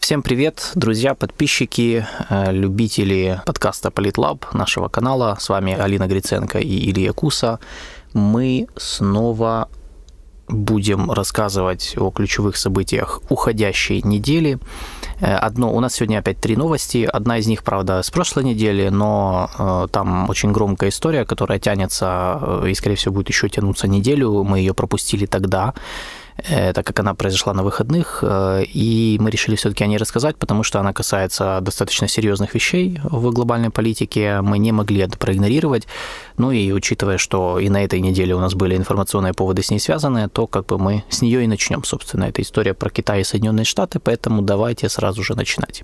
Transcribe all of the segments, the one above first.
Всем привет, друзья, подписчики, любители подкаста Политлаб, нашего канала. С вами Алина Гриценко и Илья Куса. Мы снова будем рассказывать о ключевых событиях уходящей недели. У нас сегодня опять 3 новости. Одна из них, правда, с прошлой недели, но там очень громкая история, которая тянется и, скорее всего, будет еще тянуться неделю. Мы ее пропустили тогда, так как она произошла на выходных, и мы решили все-таки о ней рассказать, потому что она касается достаточно серьезных вещей в глобальной политике, мы не могли это проигнорировать, ну и учитывая, что и на этой неделе у нас были информационные поводы с ней связаны, то как бы мы с нее и начнем, собственно, это история про Китай и Соединенные Штаты, поэтому давайте сразу же начинать.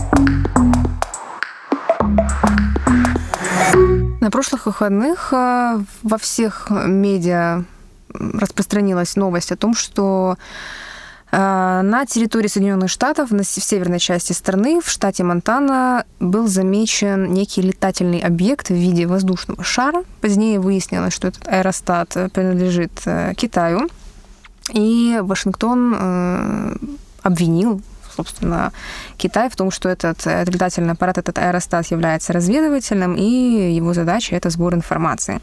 На прошлых выходных во всех медиа распространилась новость о том, что на территории Соединенных Штатов, в северной части страны, в штате Монтана, был замечен некий летательный объект в виде воздушного шара. Позднее выяснилось, что этот аэростат принадлежит Китаю. И Вашингтон обвинил, собственно, Китай в том, что этот летательный аппарат, этот аэростат является разведывательным, и его задача – это сбор информации.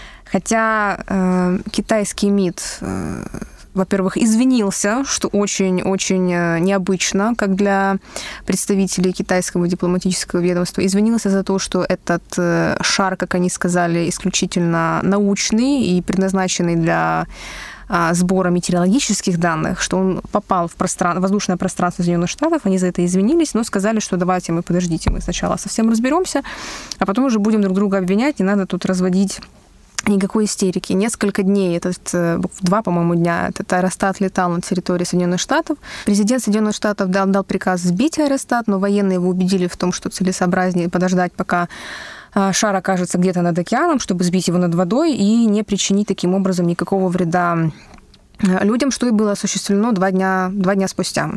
Хотя китайский МИД, во-первых, извинился, что очень-очень необычно, как для представителей китайского дипломатического ведомства, извинился за то, что этот шар, как они сказали, исключительно научный и предназначенный для сбора метеорологических данных, что он попал в воздушное пространство Соединенных Штатов, они за это извинились, но сказали, что давайте мы сначала совсем разберемся, а потом уже будем друг друга обвинять, не надо тут разводить никакой истерики. Несколько дней, 2, по-моему, дня, этот аэростат летал на территории Соединенных Штатов. Президент Соединенных Штатов дал приказ сбить аэростат, но военные его убедили в том, что целесообразнее подождать, пока шар окажется где-то над океаном, чтобы сбить его над водой и не причинить таким образом никакого вреда людям, что и было осуществлено 2 дня спустя.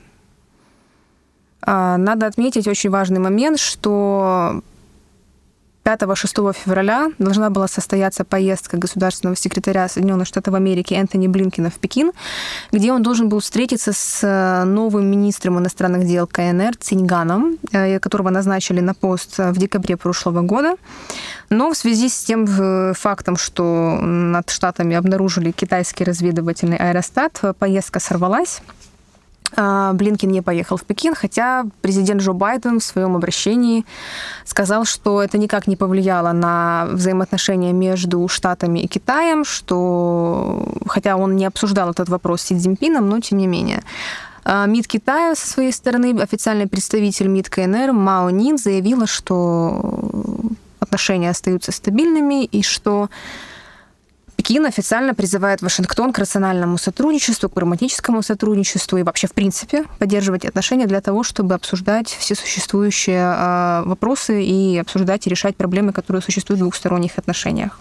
Надо отметить очень важный момент, что 5-6 февраля должна была состояться поездка государственного секретаря Соединенных Штатов Америки Энтони Блинкена в Пекин, где он должен был встретиться с новым министром иностранных дел КНР Циньганом, которого назначили на пост в декабре прошлого года. Но в связи с тем фактом, что над Штатами обнаружили китайский разведывательный аэростат, поездка сорвалась. Блинкен не поехал в Пекин, хотя президент Джо Байден в своем обращении сказал, что это никак не повлияло на взаимоотношения между Штатами и Китаем, что, хотя он не обсуждал этот вопрос с Си Цзиньпином, но тем не менее. МИД Китая, со своей стороны, официальный представитель МИД КНР Мао Нин заявила, что отношения остаются стабильными и что Пекин официально призывает Вашингтон к рациональному сотрудничеству, к прагматическому сотрудничеству и вообще, в принципе, поддерживать отношения для того, чтобы обсуждать все существующие вопросы и обсуждать и решать проблемы, которые существуют в двухсторонних отношениях.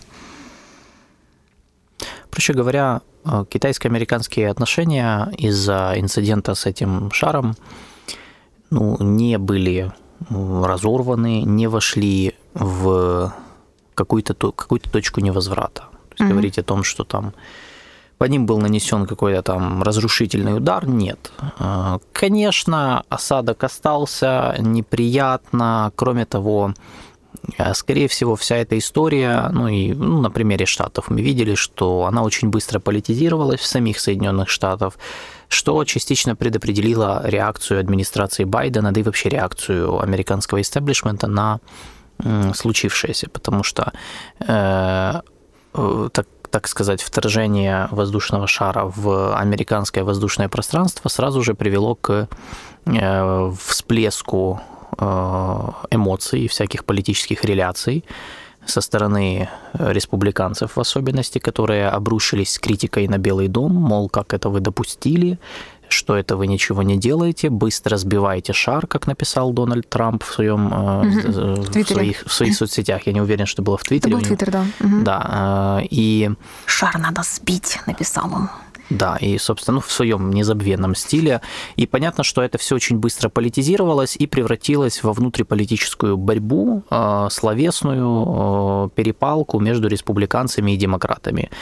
Проще говоря, китайско-американские отношения из-за инцидента с этим шаром не были разорваны, не вошли в какую-то точку невозврата. То есть говорить о том, что там по ним был нанесен какой-то там разрушительный удар, нет. Конечно, осадок остался, неприятно. Кроме того, скорее всего, вся эта история, на примере Штатов мы видели, что она очень быстро политизировалась в самих Соединенных Штатах, что частично предопределило реакцию администрации Байдена, да и вообще реакцию американского истеблишмента на случившееся, потому что так сказать, вторжение воздушного шара в американское воздушное пространство сразу же привело к всплеску эмоций и всяких политических реляций со стороны республиканцев в особенности, которые обрушились с критикой на Белый дом, мол, как это вы допустили, что это вы ничего не делаете, быстро сбиваете шар, как написал Дональд Трамп в своих соцсетях. Я не уверен, что было в Твиттере. Это был Твиттер, да. Да. И шар надо сбить, написал он. Да, и, собственно, в своем незабвенном стиле. И понятно, что это все очень быстро политизировалось и превратилось во внутриполитическую борьбу, словесную перепалку между республиканцами и демократами.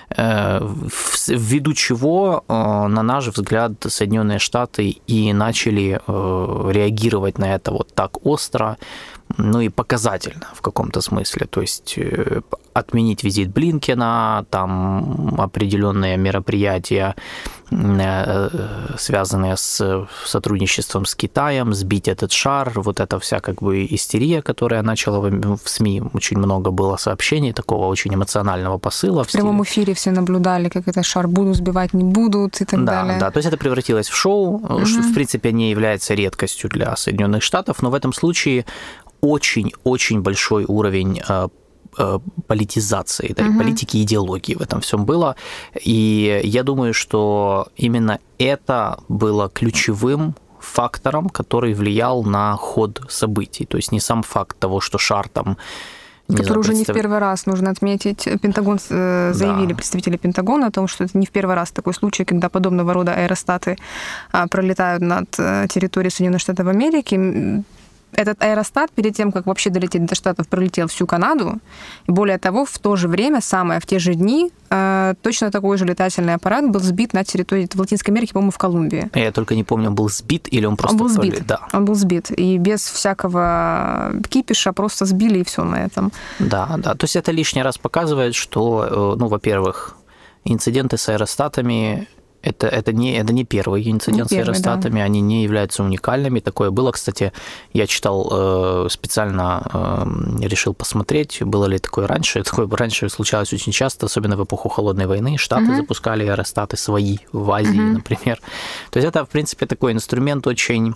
ввиду чего, на наш взгляд, Соединенные Штаты и начали реагировать на это вот так остро, ну и показательно в каком-то смысле. То есть отменить визит Блинкена, там определенные мероприятия, связанные с сотрудничеством с Китаем, сбить этот шар, вот эта вся как бы истерия, которая начала в СМИ, очень много было сообщений такого очень эмоционального посыла. В прямом эфире все наблюдали, как этот шар будут сбивать, не будут и так далее. Да, то есть это превратилось в шоу, что в принципе не является редкостью для Соединенных Штатов, но в этом случае очень-очень большой уровень политизации, да, политики и идеологии в этом всем было. И я думаю, что именно это было ключевым фактором, который влиял на ход событий. То есть не сам факт того, что шар там... Который уже не в первый раз, нужно отметить. Пентагон заявили, представители Пентагона, о том, что это не в первый раз такой случай, когда подобного рода аэростаты пролетают над территорией Соединенных Штатов Америки. Этот аэростат перед тем, как вообще долететь до Штатов, пролетел всю Канаду. И более того, в то же время, в те же дни, точно такой же летательный аппарат был сбит на территории Латинской Америки, по-моему, в Колумбии. Я только не помню, он был сбит или он просто... Он был сбит, да. Он был сбит. И без всякого кипиша просто сбили, и все на этом. Да. То есть это лишний раз показывает, что, ну, во-первых, инциденты с аэростатами... Это не первый инцидент с аэростатами, да. Они не являются уникальными. Такое было, кстати, я читал специально, решил посмотреть, было ли такое раньше. Такое раньше случалось очень часто, особенно в эпоху Холодной войны. Штаты запускали аэростаты свои в Азии, например. То есть это, в принципе, такой инструмент очень...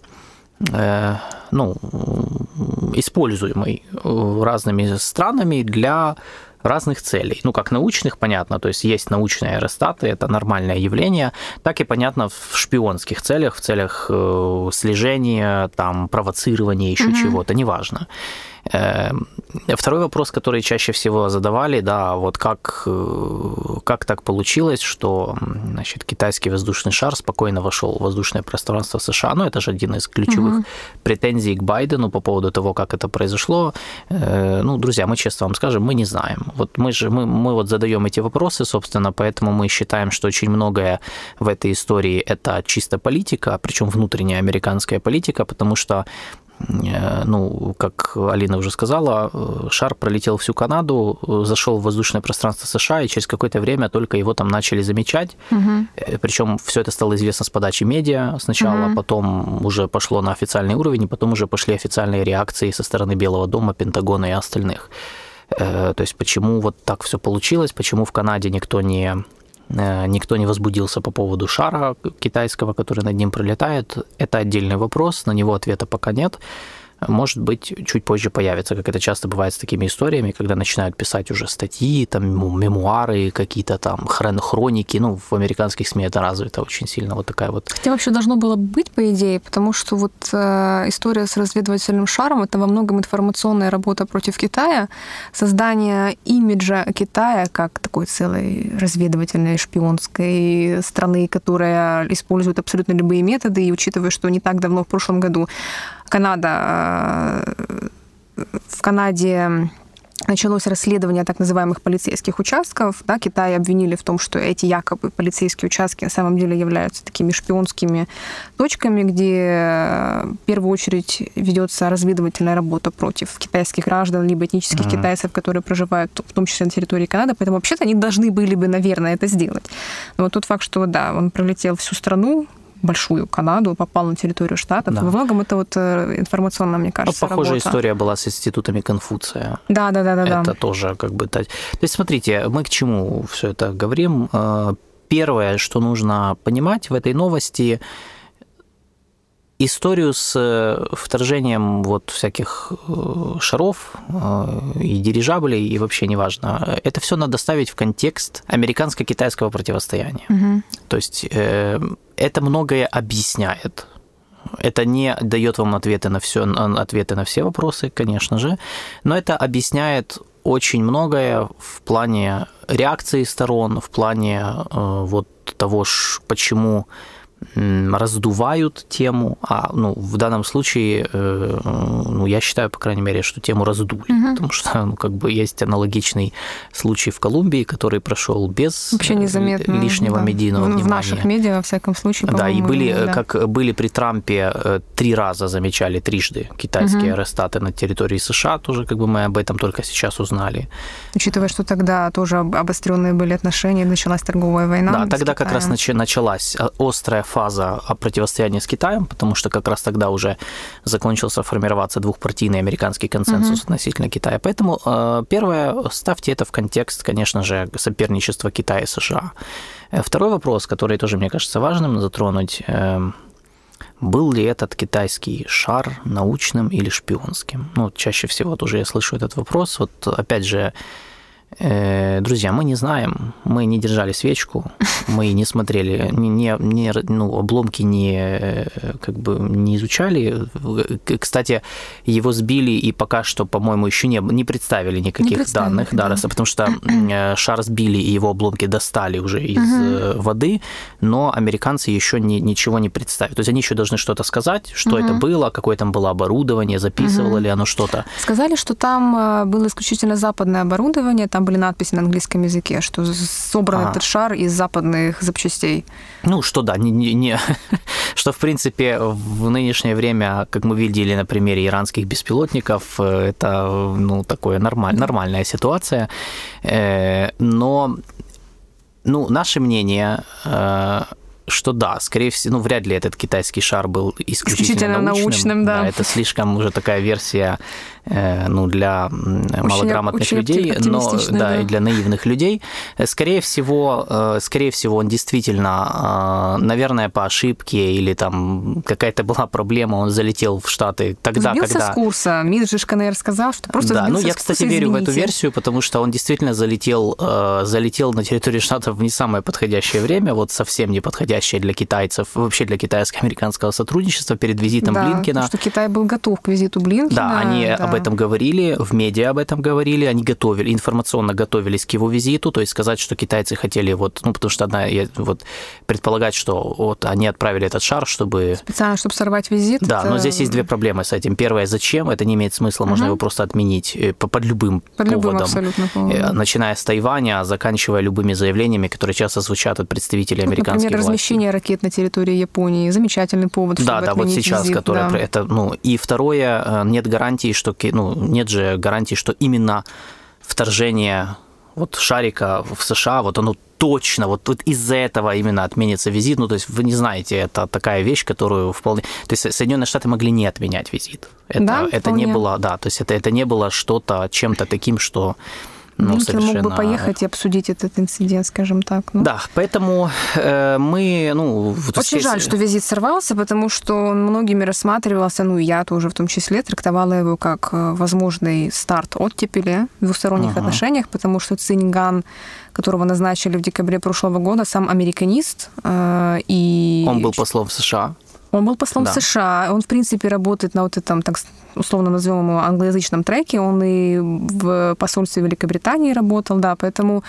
используемый разными странами для разных целей. Ну, как научных, понятно, то есть есть научные аэростаты, это нормальное явление, так и, понятно, в шпионских целях, в целях слежения, там, провоцирования, еще чего-то, неважно. Второй вопрос, который чаще всего задавали, да, вот как так получилось, что, значит, китайский воздушный шар спокойно вошел в воздушное пространство США. Ну, это же один из ключевых претензий к Байдену по поводу того, как это произошло. Ну, друзья, мы честно вам скажем, мы не знаем. Вот мы вот задаем эти вопросы, собственно, поэтому мы считаем, что очень многое в этой истории это чисто политика, причем внутренняя американская политика, потому что, ну, как Алина уже сказала, шар пролетел всю Канаду, зашел в воздушное пространство США, и через какое-то время только его там начали замечать. Причем все это стало известно с подачи медиа сначала, потом уже пошло на официальный уровень, и потом уже пошли официальные реакции со стороны Белого дома, Пентагона и остальных. То есть почему вот так все получилось, почему в Канаде никто не возбудился по поводу шара китайского, который над ним пролетает, это отдельный вопрос, на него ответа пока нет. Может быть, чуть позже появится, как это часто бывает с такими историями, когда начинают писать уже статьи, там, мемуары, какие-то там хроники. Ну, в американских СМИ это развито очень сильно, вот такая вот. Хотя вообще должно было быть, по идее, потому что вот история с разведывательным шаром — это во многом информационная работа против Китая, создание имиджа Китая как такой целой разведывательной шпионской страны, которая использует абсолютно любые методы, и учитывая, что не так давно, в прошлом году, в Канаде началось расследование так называемых полицейских участков. Да, Китай обвинили в том, что эти якобы полицейские участки на самом деле являются такими шпионскими точками, где в первую очередь ведется разведывательная работа против китайских граждан, либо этнических китайцев, которые проживают в том числе на территории Канады. Поэтому вообще-то они должны были бы, наверное, это сделать. Но вот тот факт, что да, он пролетел всю страну, большую Канаду, попал на территорию Штатов. Да. Во многом это вот информационно, мне кажется, похожая работа. История была с институтами Конфуция. Да. Это тоже как бы... То есть, смотрите, мы к чему все это говорим? Первое, что нужно понимать в этой новости, историю с вторжением вот всяких шаров и дирижаблей, и вообще неважно, это все надо ставить в контекст американско-китайского противостояния. То есть это многое объясняет. Это не дает вам ответы на все вопросы, конечно же, но это объясняет очень многое в плане реакции сторон, в плане вот того, почему раздувают тему, в данном случае, я считаю, по крайней мере, что тему раздули, потому что, есть аналогичный случай в Колумбии, который прошел без лишнего медийного внимания. В наших медиа, во всяком случае, да, и были при Трампе 3 раза замечали трижды китайские аэростаты на территории США, тоже мы об этом только сейчас узнали. Учитывая, что тогда тоже обостренные были отношения, началась торговая война. Да, тогда как раз началась острая фаза противостояния с Китаем, потому что как раз тогда уже закончился формироваться двухпартийный американский консенсус относительно Китая. Поэтому первое, ставьте это в контекст, конечно же, соперничества Китая и США. Второй вопрос, который тоже, мне кажется, важным затронуть, был ли этот китайский шар научным или шпионским? Чаще всего тоже я слышу этот вопрос. Опять же, друзья, мы не знаем, мы не держали свечку, мы не смотрели, обломки не изучали. Кстати, его сбили и пока что, по-моему, еще не представили никаких данных, да, потому что шар сбили и его обломки достали уже из воды, но американцы еще ничего не представили. То есть они еще должны что-то сказать, что это было, какое там было оборудование, записывало ли оно что-то. Сказали, что там было исключительно западное оборудование, там были надписи на английском языке, что собран этот шар из западных запчастей. Что, в принципе, в нынешнее время, как мы видели на примере иранских беспилотников, это, такое нормальная ситуация. Но, наше мнение, что да, скорее всего, вряд ли этот китайский шар был исключительно научным. Да. Это слишком уже такая версия для малограмотных людей, и для наивных людей. Скорее всего, он действительно, наверное, по ошибке или там какая-то была проблема, он залетел в Штаты тогда, сбился когда... с курса. МИД же, КНР сказал, что просто сбился с курса, я, кстати, верю в эту версию, потому что он действительно залетел на территорию Штатов в не самое подходящее время, совсем не подходящее для китайцев, вообще для китайско-американского сотрудничества перед визитом Блинкена. Что Китай был готов к визиту Блинкена. Да, они об этом говорили, в медиа об этом говорили, они информационно готовились к его визиту, то есть сказать, что китайцы хотели, потому что предполагать, что они отправили этот шар, чтобы... Специально, чтобы сорвать визит. Да, но здесь есть 2 проблемы с этим. Первая, зачем? Это не имеет смысла, можно его просто отменить под любым поводом. Абсолютно поводом. Начиная с Тайваня, заканчивая любыми заявлениями, которые часто звучат от представителей американских властей. Например, размещение ракет на территории Японии. Замечательный повод, чтобы отменить сейчас, визит. И второе, нет гарантии, что нет же гарантии, что именно вторжение шарика в США, оно точно, из-за этого именно отменится визит. То есть вы не знаете, это такая вещь, которую вполне... То есть Соединенные Штаты могли не отменять визит. Это не было, то есть это не было что-то, чем-то таким, что... Блинкен мог бы поехать и обсудить этот инцидент, скажем так. Да, поэтому мы... Очень жаль, что визит сорвался, потому что он многими рассматривался, я тоже в том числе, трактовала его как возможный старт оттепели в двусторонних отношениях, потому что Циньган, которого назначили в декабре прошлого года, сам американист. И... Он был послом в США. Он был послом в США. Он, в принципе, работает на этом, так условно назовем его, англоязычном треке. Он и в посольстве Великобритании работал, поэтому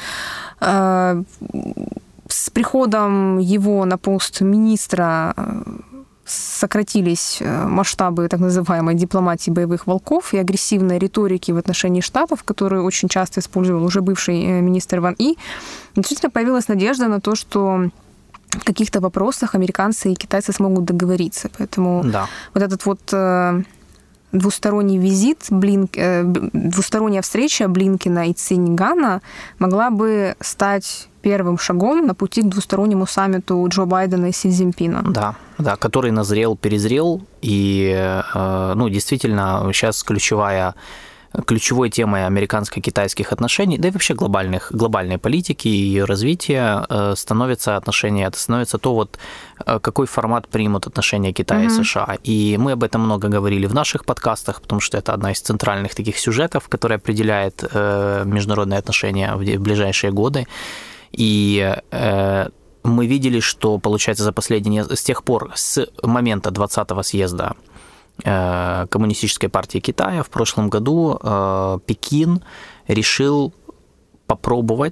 с приходом его на пост министра сократились масштабы так называемой дипломатии боевых волков и агрессивной риторики в отношении Штатов, которую очень часто использовал уже бывший министр Ван И. Действительно появилась надежда на то, что в каких-то вопросах американцы и китайцы смогут договориться. Поэтому этот двусторонний визит, двусторонняя встреча Блинкена и Циньгана могла бы стать первым шагом на пути к двустороннему саммиту Джо Байдена и Си Цзиньпина. Да, который назрел, перезрел, и действительно сейчас ключевой темой американско-китайских отношений, да и вообще глобальной политики и ее развития становится то, какой формат примут отношения Китая и США. И мы об этом много говорили в наших подкастах, потому что это одна из центральных таких сюжетов, которая определяет международные отношения в ближайшие годы. И мы видели, что, получается, с тех пор, с момента 20-го съезда Коммунистической партии Китая в прошлом году Пекин решил попробовать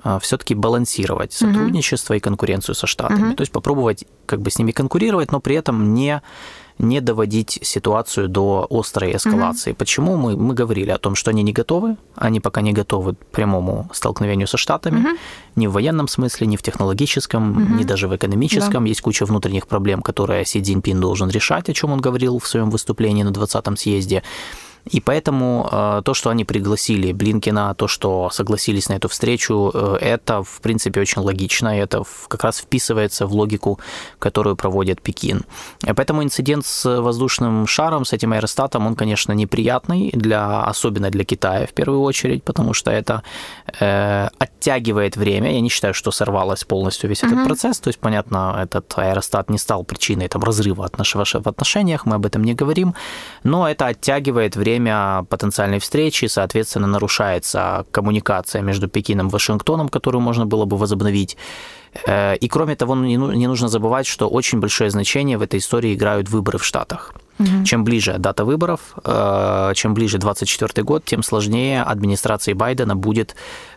все-таки балансировать сотрудничество и конкуренцию со Штатами. То есть попробовать как бы с ними конкурировать, но при этом не доводить ситуацию до острой эскалации. Почему? Мы говорили о том, что они не готовы, они пока не готовы к прямому столкновению со Штатами, ни в военном смысле, ни в технологическом, ни даже в экономическом. Да. Есть куча внутренних проблем, которые Си Цзиньпин должен решать, о чем он говорил в своем выступлении на 20-м съезде. И поэтому то, что они пригласили Блинкена, то, что согласились на эту встречу, это, в принципе, очень логично, это как раз вписывается в логику, которую проводит Пекин. Поэтому инцидент с воздушным шаром, с этим аэростатом, он, конечно, неприятный, особенно для Китая в первую очередь, потому что это оттягивает время. Я не считаю, что сорвалось полностью весь этот процесс, то есть, понятно, этот аэростат не стал причиной разрыва в отношениях, мы об этом не говорим, но это оттягивает время потенциальной встречи, соответственно, нарушается коммуникация между Пекином и Вашингтоном, которую можно было бы возобновить. И кроме того, не нужно забывать, что очень большое значение в этой истории играют выборы в Штатах. Чем ближе дата выборов, чем ближе 2024 год, тем сложнее администрации Байдена будет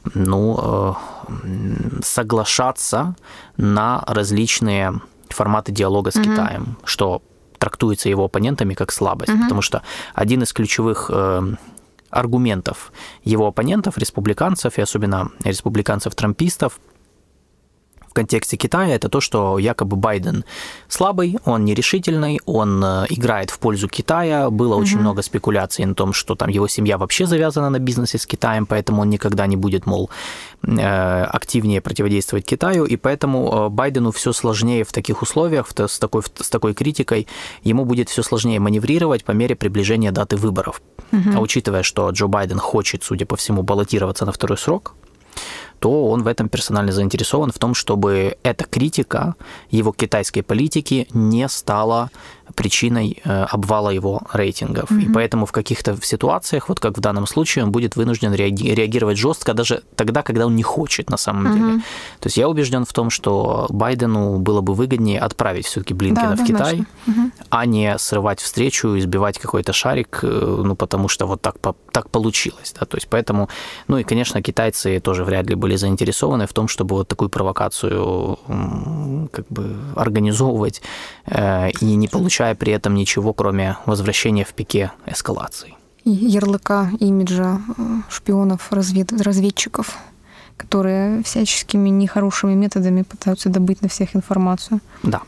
соглашаться на различные форматы диалога с Китаем, что трактуется его оппонентами как слабость, потому что один из ключевых аргументов его оппонентов, республиканцев, и особенно республиканцев-трампистов, в контексте Китая, это то, что якобы Байден слабый, он нерешительный, он играет в пользу Китая. Было очень много спекуляций на том, что там его семья вообще завязана на бизнесе с Китаем, поэтому он никогда не будет, активнее противодействовать Китаю, и поэтому Байдену все сложнее в таких условиях, с такой критикой, ему будет все сложнее маневрировать по мере приближения даты выборов. А учитывая, что Джо Байден хочет, судя по всему, баллотироваться на второй срок, то он в этом персонально заинтересован, в том, чтобы эта критика его китайской политики не стала причиной обвала его рейтингов. И поэтому в каких-то ситуациях, вот как в данном случае, он будет вынужден реагировать жестко даже тогда, когда он не хочет на самом деле. То есть я убежден в том, что Байдену было бы выгоднее отправить все-таки Блинкена в Китай, а не срывать встречу и сбивать какой-то шарик, потому что вот так получилось. Да? То есть поэтому, и, конечно, китайцы тоже вряд ли были заинтересованы в том, чтобы вот такую провокацию организовывать и не получая при этом ничего, кроме возвращения в пике эскалации. Ярлыка, имиджа шпионов, разведчиков, которые всяческими нехорошими методами пытаются добыть на всех информацию. Да.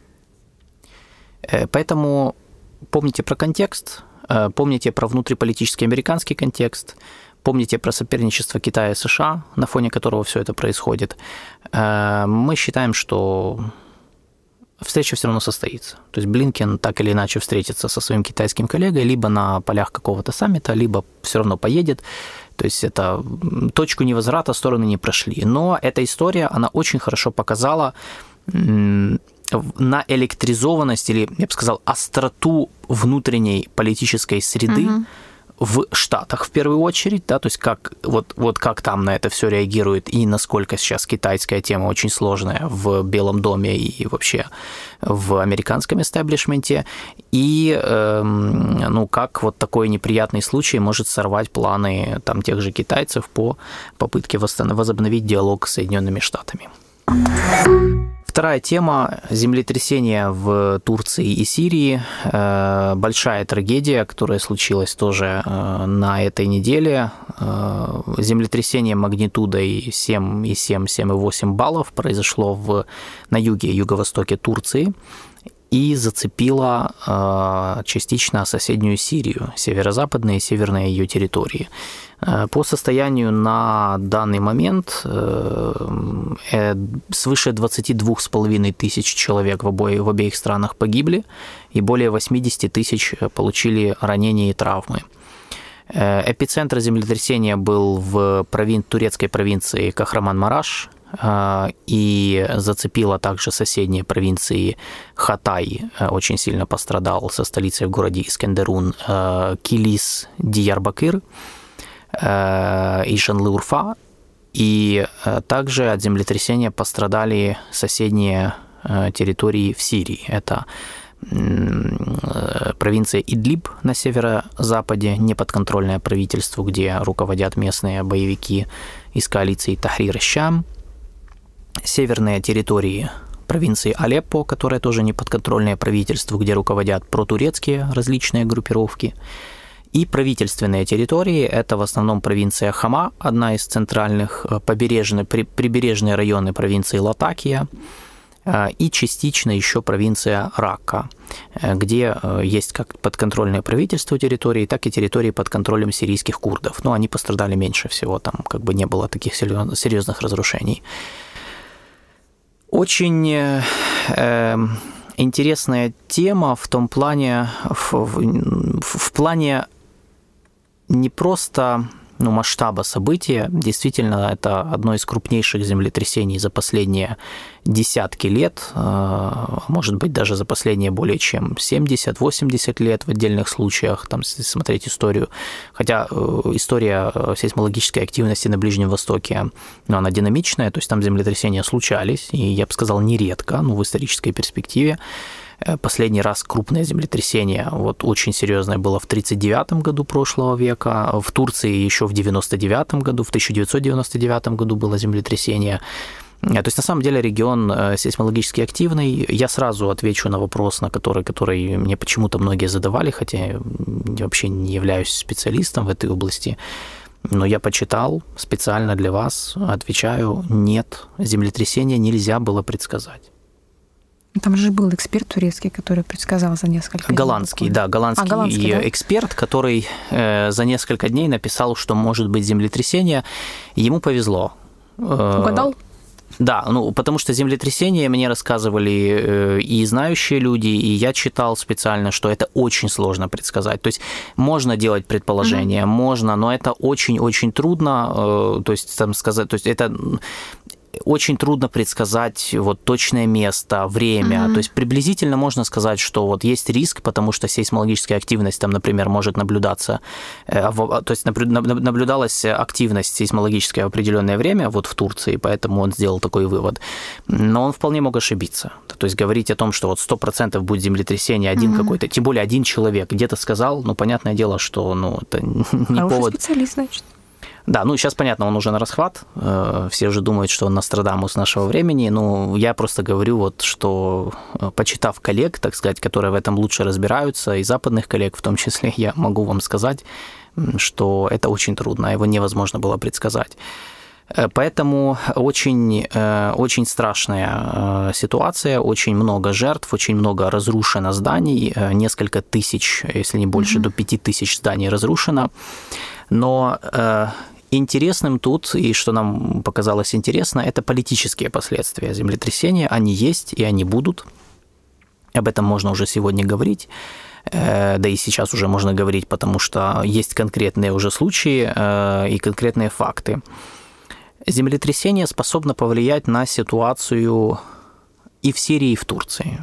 Поэтому помните про контекст, помните про внутриполитический американский контекст, помните про соперничество Китая и США, на фоне которого все это происходит. Мы считаем, что встреча все равно состоится. То есть Блинкен так или иначе встретится со своим китайским коллегой либо на полях какого-то саммита, либо все равно поедет. То есть это точку невозврата стороны не прошли. Но эта история, она очень хорошо показала на электризованность или, я бы сказал, остроту внутренней политической среды в Штатах в первую очередь, да, то есть как там на это все реагирует и насколько сейчас китайская тема очень сложная в Белом доме и вообще в американском эстаблишменте, и как вот такой неприятный случай может сорвать планы там тех же китайцев по попытке возобновить диалог с Соединенными Штатами. Вторая тема – землетрясение в Турции и Сирии. Большая трагедия, которая случилась тоже на этой неделе. Землетрясение магнитудой 7,7, 7,8 баллов произошло на юге и юго-востоке Турции и зацепило частично соседнюю Сирию, северо-западные и северные ее территории. По состоянию на данный момент свыше 22,5 тысяч человек в обеих странах погибли, и более 80 тысяч получили ранения и травмы. Эпицентр землетрясения был в турецкой провинции Кахраман-Мараш, и зацепило также соседние провинции. Хатай очень сильно пострадал, со столицей в городе Искендерун, Килис, Диярбакыр и Шанлы-Урфа, и также от землетрясения пострадали соседние территории в Сирии. Это провинция Идлиб на северо-западе, неподконтрольное правительству, где руководят местные боевики из коалиции Тахрир аш-Шам, северные территории провинции Алеппо, которая тоже не подконтрольная правительству, где руководят протурецкие различные группировки, и правительственные территории – это в основном провинция Хама, одна из центральных, прибережные районы провинции Латакия, и частично еще провинция Ракка, где есть как подконтрольное правительство территории, так и территории под контролем сирийских курдов. Но они пострадали меньше всего, там как бы не было таких серьезных разрушений. Очень интересная тема в том плане, в плане не просто масштаба события. Действительно, это одно из крупнейших землетрясений за последние десятки лет, может быть, даже за последние более чем 70-80 лет в отдельных случаях, там, если смотреть историю. Хотя история сейсмологической активности на Ближнем Востоке, она динамичная, то есть там землетрясения случались, и, я бы сказал, нередко, в исторической перспективе. Последний раз крупное землетрясение, очень серьезное, было в 1939 году прошлого века. В Турции еще в 1999 году, в 1999 году было землетрясение. То есть, на самом деле, регион сейсмологически активный. Я сразу отвечу на вопрос, на который мне почему-то многие задавали, хотя я вообще не являюсь специалистом в этой области. Но я почитал специально для вас, отвечаю, нет, землетрясение нельзя было предсказать. Там же был эксперт турецкий, который предсказал за несколько дней. Голландский эксперт, который за несколько дней написал, что может быть землетрясение. Ему повезло. Угадал? Да, потому что землетрясение мне рассказывали и знающие люди, и я читал специально, что это очень сложно предсказать. То есть можно делать предположения, можно, но это очень-очень трудно, то есть там сказать, то есть это очень трудно предсказать точное место, время. То есть приблизительно можно сказать, что есть риск, потому что сейсмологическая активность там, например, может наблюдаться. То есть наблюдалась активность сейсмологическая в определенное время в Турции, поэтому он сделал такой вывод. Но он вполне мог ошибиться. То есть говорить о том, что 100% будет землетрясение, какой-то, тем более один человек где-то сказал, понятное дело, что это не Хороший повод. Специалист, значит. Да, сейчас понятно, он уже на расхват, все уже думают, что он Нострадамус нашего времени, я просто говорю, что почитав коллег, так сказать, которые в этом лучше разбираются, и западных коллег в том числе, я могу вам сказать, что это очень трудно, его невозможно было предсказать. Поэтому очень, очень страшная ситуация, очень много жертв, очень много разрушено зданий, несколько тысяч, если не больше, до 5000 зданий разрушено, но интересным тут, и что нам показалось интересно, это политические последствия землетрясения. Они есть и они будут. Об этом можно уже сегодня говорить. Да и сейчас уже можно говорить, потому что есть конкретные уже случаи и конкретные факты. Землетрясение способно повлиять на ситуацию и в Сирии, и в Турции.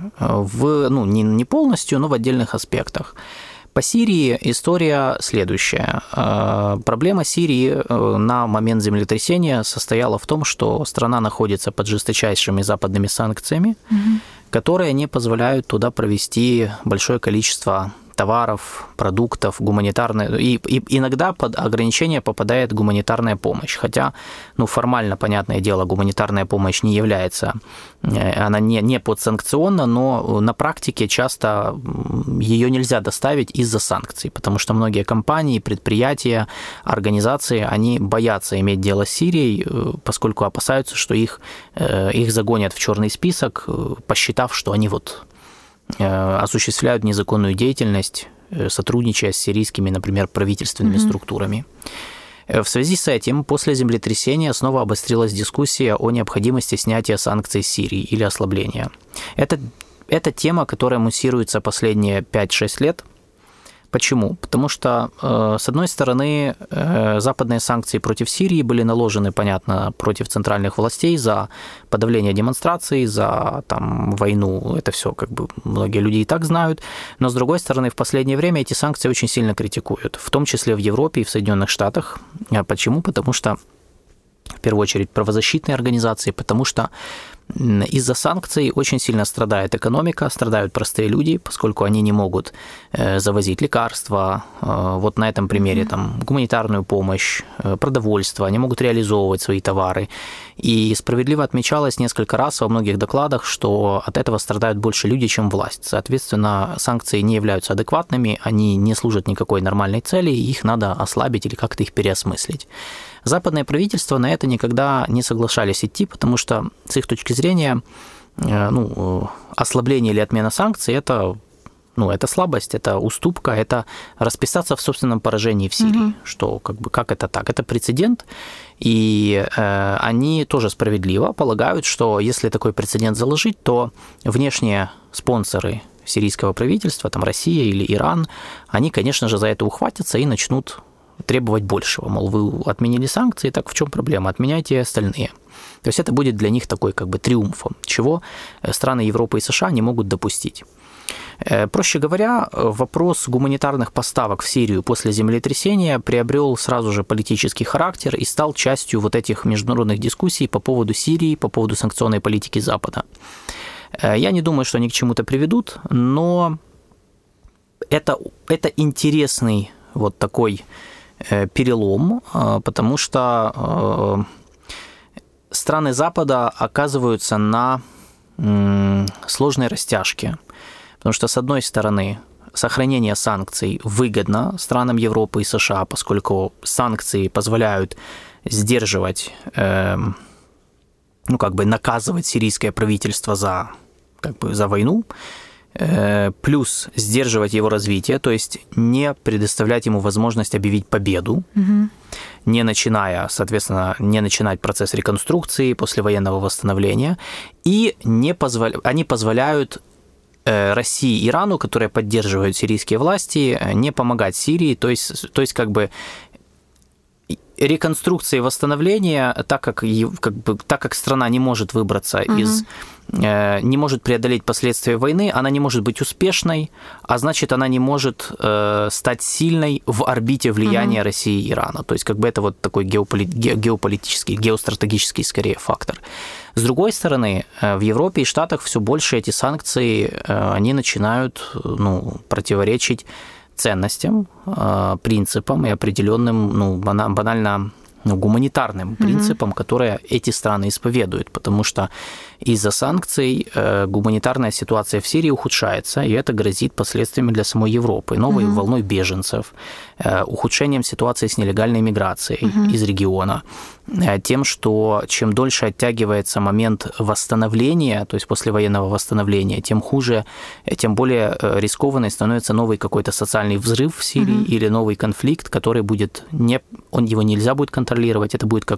Не полностью, но в отдельных аспектах. По Сирии история следующая. Проблема Сирии на момент землетрясения состояла в том, что страна находится под жесточайшими западными санкциями, которые не позволяют туда провести большое количество товаров, продуктов, гуманитарной... И иногда под ограничения попадает гуманитарная помощь. Хотя, формально, понятное дело, гуманитарная помощь не является... Она не подсанкционна, но на практике часто ее нельзя доставить из-за санкций, потому что многие компании, предприятия, организации, они боятся иметь дело с Сирией, поскольку опасаются, что их загонят в черный список, посчитав, что они осуществляют незаконную деятельность, сотрудничая с сирийскими, например, правительственными структурами. В связи с этим после землетрясения снова обострилась дискуссия о необходимости снятия санкций с Сирии или ослабления. Это тема, которая муссируется последние 5-6 лет. Почему? Потому что, с одной стороны, западные санкции против Сирии были наложены, понятно, против центральных властей за подавление демонстраций, за войну. Это все многие люди и так знают. Но, с другой стороны, в последнее время эти санкции очень сильно критикуют, в том числе в Европе и в Соединенных Штатах. Почему? Потому что, в первую очередь, правозащитные организации, потому что Из-за санкций очень сильно страдает экономика, страдают простые люди, поскольку они не могут завозить лекарства, вот на этом примере там, гуманитарную помощь, продовольствие, они могут реализовывать свои товары. И справедливо отмечалось несколько раз во многих докладах, что от этого страдают больше люди, чем власть. Соответственно, санкции не являются адекватными, они не служат никакой нормальной цели, их надо ослабить или как-то их переосмыслить. Западные правительства на это никогда не соглашались идти, потому что с их точки зрения ослабление или отмена санкций – это слабость, это уступка, это расписаться в собственном поражении в Сирии, что как это так? Это прецедент, и они тоже справедливо полагают, что если такой прецедент заложить, то внешние спонсоры сирийского правительства, там Россия или Иран, они, конечно же, за это ухватятся и начнут требовать большего. Мол, вы отменили санкции, так в чем проблема? Отменяйте остальные. То есть это будет для них такой триумфом, чего страны Европы и США не могут допустить. Проще говоря, вопрос гуманитарных поставок в Сирию после землетрясения приобрел сразу же политический характер и стал частью вот этих международных дискуссий по поводу Сирии, по поводу санкционной политики Запада. Я не думаю, что они к чему-то приведут, но это интересный вот такой перелом, потому что страны Запада оказываются на сложной растяжке. Потому что, с одной стороны, сохранение санкций выгодно странам Европы и США, поскольку санкции позволяют сдерживать, наказывать сирийское правительство за войну, плюс сдерживать его развитие, то есть не предоставлять ему возможность объявить победу, не начинать процесс реконструкции, послевоенного восстановления, и они позволяют России и Ирану, которые поддерживают сирийские власти, не помогать Сирии, то есть реконструкция и восстановление, так как страна не может выбраться не может преодолеть последствия войны, она не может быть успешной, а значит, она не может стать сильной в орбите влияния России и Ирана. То есть это вот такой геополитический, геостратегический скорее фактор. С другой стороны, в Европе и Штатах все больше эти санкции, они начинают противоречить ценностям, принципам и определенным, банально гуманитарным принципам, которые эти страны исповедуют, потому что из-за санкций гуманитарная ситуация в Сирии ухудшается, и это грозит последствиями для самой Европы, новой волной беженцев, ухудшением ситуации с нелегальной миграцией из региона, тем, что чем дольше оттягивается момент восстановления, то есть послевоенного восстановления, тем хуже, тем более рискованной становится новый какой-то социальный взрыв в Сирии или новый конфликт, который его нельзя будет контролировать, это будет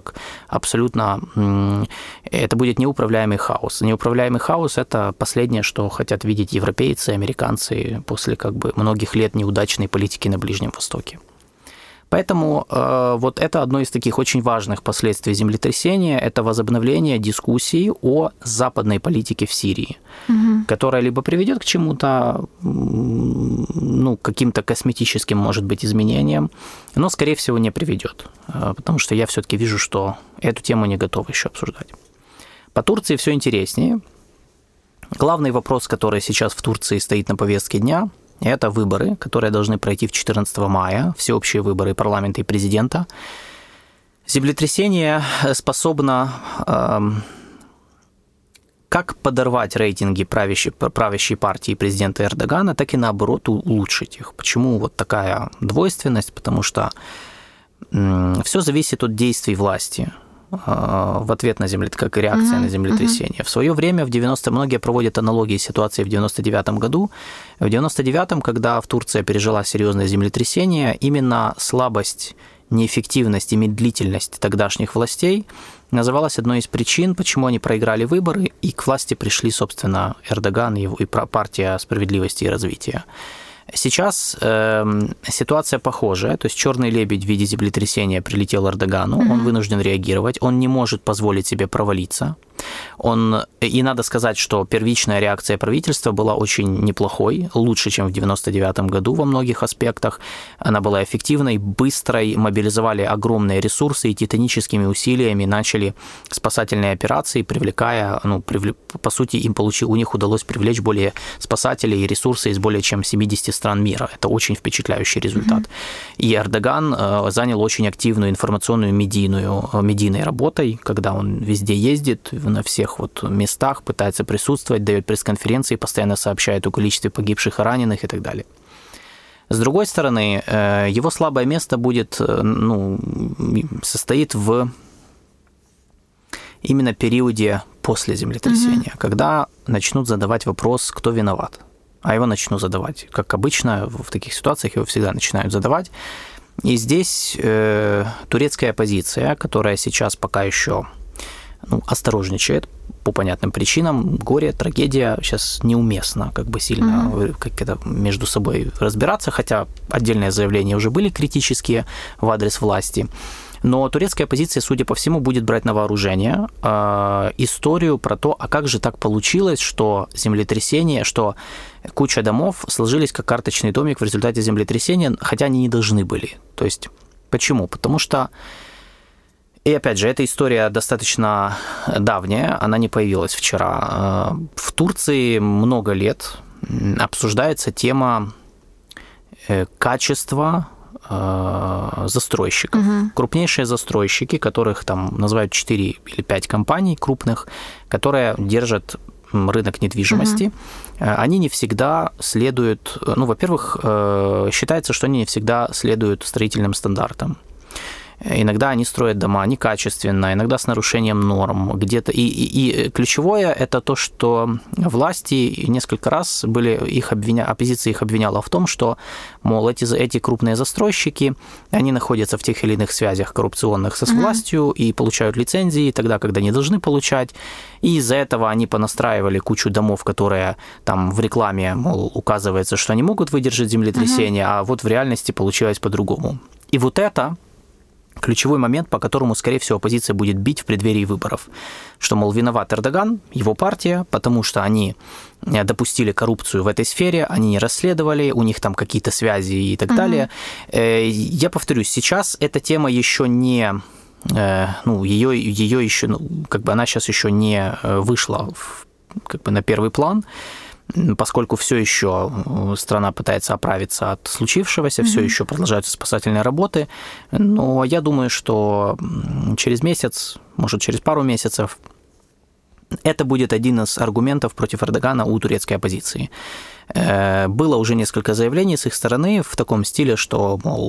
это будет неуправляемый хаос. Неуправляемый хаос – это последнее, что хотят видеть европейцы, американцы после многих лет неудачной политики на Ближнем Востоке. Поэтому вот это одно из таких очень важных последствий землетрясения – это возобновление дискуссий о западной политике в Сирии, которая либо приведет к чему-то, каким-то косметическим, может быть, изменениям, но, скорее всего, не приведет, потому что я все-таки вижу, что эту тему не готовы еще обсуждать. По Турции все интереснее. Главный вопрос, который сейчас в Турции стоит на повестке дня – это выборы, которые должны пройти 14 мая, всеобщие выборы парламента и президента. Землетрясение способно как подорвать рейтинги правящей партии президента Эрдогана, так и, наоборот, улучшить их. Почему вот такая двойственность? Потому что все зависит от действий власти в ответ на как реакция на землетрясение. В свое время, многие проводят аналогии ситуации в 99 году. В 99-м, когда в Турции пережила серьезное землетрясение, именно слабость, неэффективность и медлительность тогдашних властей называлась одной из причин, почему они проиграли выборы, и к власти пришли, собственно, Эрдоган и партия справедливости и развития. Сейчас ситуация похожая, то есть черный лебедь в виде землетрясения прилетел Эрдогану, он вынужден реагировать, он не может позволить себе провалиться. И надо сказать, что первичная реакция правительства была очень неплохой, лучше, чем в 1999 году во многих аспектах. Она была эффективной, быстрой, мобилизовали огромные ресурсы и титаническими усилиями начали спасательные операции, привлекая, по сути, у них удалось привлечь более спасателей и ресурсы из более чем 70 стран мира. Это очень впечатляющий результат. И Эрдоган занял очень активную информационную медийной работой, когда он везде ездит, на всех местах пытается присутствовать, дает пресс-конференции, постоянно сообщает о количестве погибших и раненых и так далее. С другой стороны, его слабое место состоит в именно периоде после землетрясения, когда начнут задавать вопрос, кто виноват. А его начну задавать. Как обычно, в таких ситуациях его всегда начинают задавать. И здесь турецкая оппозиция, которая сейчас пока еще осторожничает по понятным причинам, горе, трагедия, сейчас неуместно сильно между собой разбираться, хотя отдельные заявления уже были критические в адрес власти. Но турецкая оппозиция, судя по всему, будет брать на вооружение историю про то, а как же так получилось, что землетрясение, что куча домов сложились как карточный домик в результате землетрясения, хотя они не должны были. То есть почему? Потому что, и опять же, эта история достаточно давняя, она не появилась вчера. В Турции много лет обсуждается тема качества застройщиков. Крупнейшие застройщики, которых там называют 4 или 5 компаний крупных, которые держат рынок недвижимости, они не всегда следуют, во-первых, считается, что они не всегда следуют строительным стандартам. Иногда они строят дома некачественно, иногда с нарушением норм. Где-то и ключевое это то, что власти несколько раз оппозиция их обвиняла в том, что, мол, эти крупные застройщики, они находятся в тех или иных связях коррупционных с властью и получают лицензии тогда, когда не должны получать. И из-за этого они понастраивали кучу домов, которые там в рекламе, мол, указывается, что они могут выдержать землетрясение, а вот в реальности получилось по-другому. И вот это ключевой момент, по которому, скорее всего, оппозиция будет бить в преддверии выборов. Что, мол, виноват Эрдоган, его партия, потому что они допустили коррупцию в этой сфере, они не расследовали, у них там какие-то связи и так далее. Я повторюсь, сейчас эта тема еще не... ее еще, она сейчас еще не вышла на первый план, поскольку все еще страна пытается оправиться от случившегося, все еще продолжаются спасательные работы, но я думаю, что через месяц, может, через пару месяцев, это будет один из аргументов против Эрдогана у турецкой оппозиции. Было уже несколько заявлений с их стороны в таком стиле, что, мол,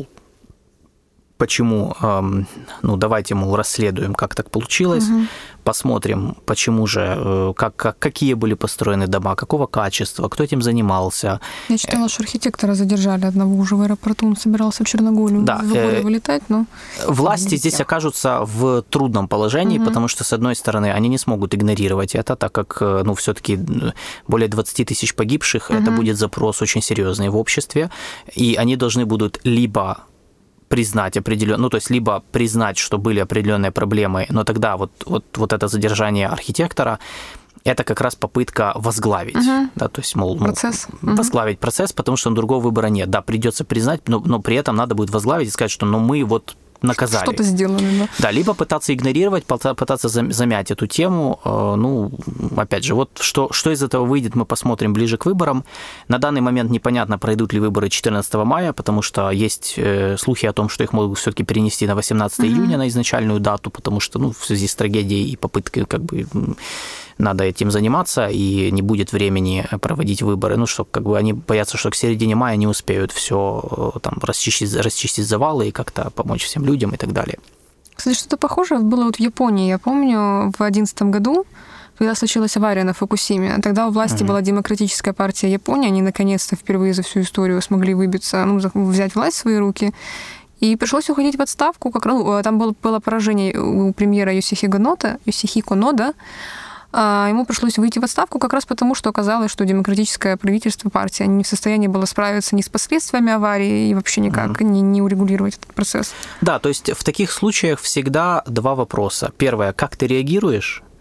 почему, давайте, мол, расследуем, как так получилось, посмотрим, почему же, какие были построены дома, какого качества, кто этим занимался. Я читала, что архитектора задержали одного уже в аэропорту, он собирался в Черногорию вылетать, но... Власти здесь окажутся в трудном положении, потому что, с одной стороны, они не смогут игнорировать это, так как, все-таки более 20 тысяч погибших, это будет запрос очень серьезный в обществе, и они должны будут либо признать то есть либо признать, что были определенные проблемы, но тогда вот это задержание архитектора, это как раз попытка возглавить, да, то есть, процесс. Возглавить процесс, потому что другого выбора нет. Да, придется признать, но при этом надо будет возглавить и сказать, что мы наказали. Что-то сделано, да. Да, либо пытаться игнорировать, пытаться замять эту тему. Опять же, что из этого выйдет, мы посмотрим ближе к выборам. На данный момент непонятно, пройдут ли выборы 14 мая, потому что есть слухи о том, что их могут все-таки перенести на 18 июня, на изначальную дату, потому что, в связи с трагедией и попыткой надо этим заниматься, и не будет времени проводить выборы. Они боятся, что к середине мая не успеют все расчистить завалы и как-то помочь всем людям и так далее. Кстати, что-то похожее было в Японии. Я помню, в 2011 году, когда случилась авария на Фукусиме, тогда у власти была Демократическая партия Японии, они наконец-то впервые за всю историю смогли выбиться, взять власть в свои руки. И пришлось уходить в отставку. Там было поражение у премьера Йосихико Нода. Ему пришлось выйти в отставку как раз потому, что оказалось, что демократическое правительство, партия не в состоянии было справиться ни с последствиями аварии и вообще никак не урегулировать этот процесс. Да, то есть в таких случаях всегда два вопроса. Первое, как ты реагируешь?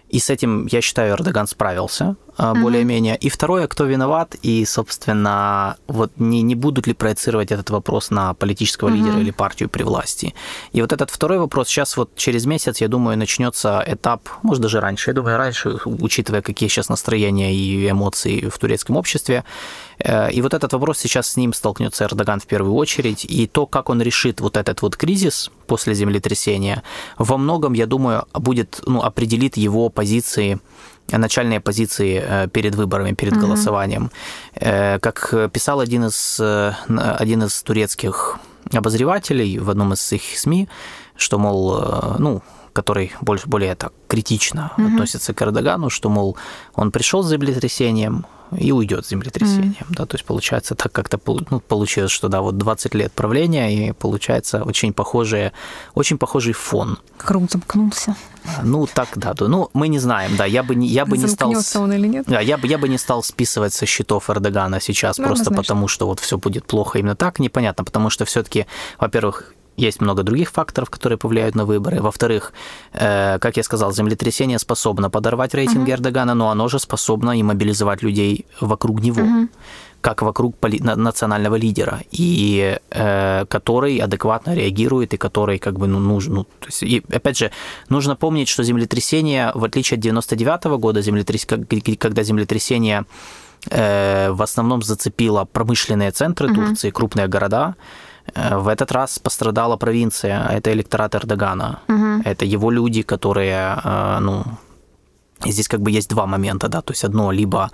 И с этим, я считаю, Эрдоган справился более-менее. И второе, кто виноват, и, собственно, вот не будут ли проецировать этот вопрос на политического лидера или партию при власти. И вот этот второй вопрос, сейчас вот через месяц, я думаю, начнется этап, может, даже раньше, я думаю, раньше, учитывая, какие сейчас настроения и эмоции в турецком обществе. И вот этот вопрос, сейчас с ним столкнется Эрдоган в первую очередь. И то, как он решит вот этот вот кризис после землетрясения, во многом, я думаю, будет, определит его позиции, начальные позиции перед выборами, перед голосованием. Как писал один из турецких обозревателей в одном из их СМИ, что, мол, который более так критично относится к Эрдогану, что, мол, он пришел с землетрясением и уйдет с землетрясением. Да, то есть получается так как-то получилось, что да, вот 20 лет правления, и получается очень похожий фон. Круг замкнулся. Так, да. Мы не знаем, да. Я бы не стал... он или нет? Да, я бы не стал списывать со счетов Эрдогана сейчас, просто потому что вот все будет плохо именно так, непонятно, потому что все-таки, во-первых, есть много других факторов, которые повлияют на выборы. Во-вторых, как я сказал, землетрясение способно подорвать рейтинги Эрдогана, но оно же способно и мобилизовать людей вокруг него, как вокруг национального лидера, и который адекватно реагирует, и который как бы нужен. То есть, и, опять же, нужно помнить, что землетрясение, в отличие от 99-го года, когда землетрясение в основном зацепило промышленные центры Турции, крупные города, в этот раз пострадала провинция, это электорат Эрдогана, это его люди, которые, здесь как бы есть два момента, да, то есть одно, либо